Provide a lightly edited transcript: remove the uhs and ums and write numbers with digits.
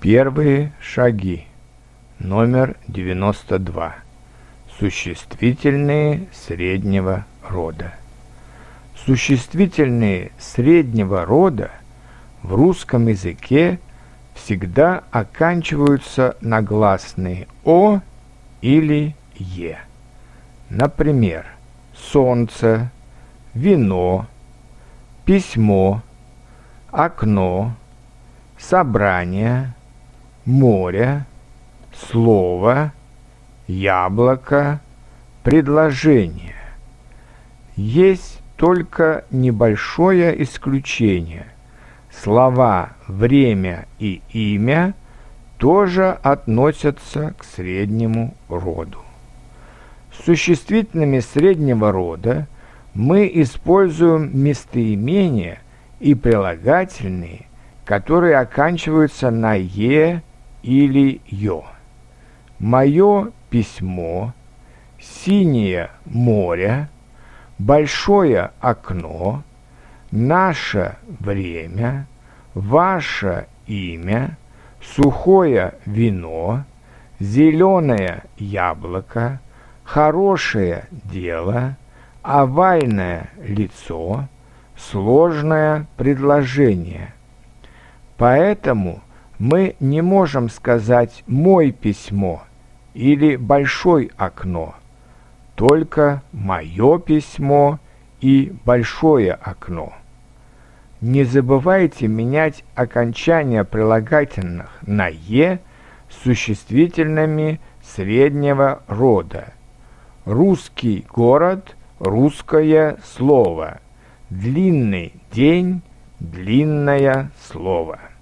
Первые шаги. Номер 92. Существительные среднего рода. Существительные среднего рода в русском языке всегда оканчиваются на гласные «о» или «е». Например, солнце, вино, письмо, окно, собрание, море, слово, яблоко, предложение. Есть только небольшое исключение. Слова «время» и «имя» тоже относятся к среднему роду. С существительными среднего рода мы используем местоимения и прилагательные, которые оканчиваются на «е» или «ё». Мое письмо, синее море, большое окно, наше время, ваше имя, сухое вино, зеленое яблоко, хорошее дело, овальное лицо, сложное предложение. Поэтому мы не можем сказать «мой письмо» или «большое окно», только «мое письмо» и «большое окно». Не забывайте менять окончания прилагательных на «е» с существительными среднего рода. Русский город, русское слово. Длинный день, длинное слово.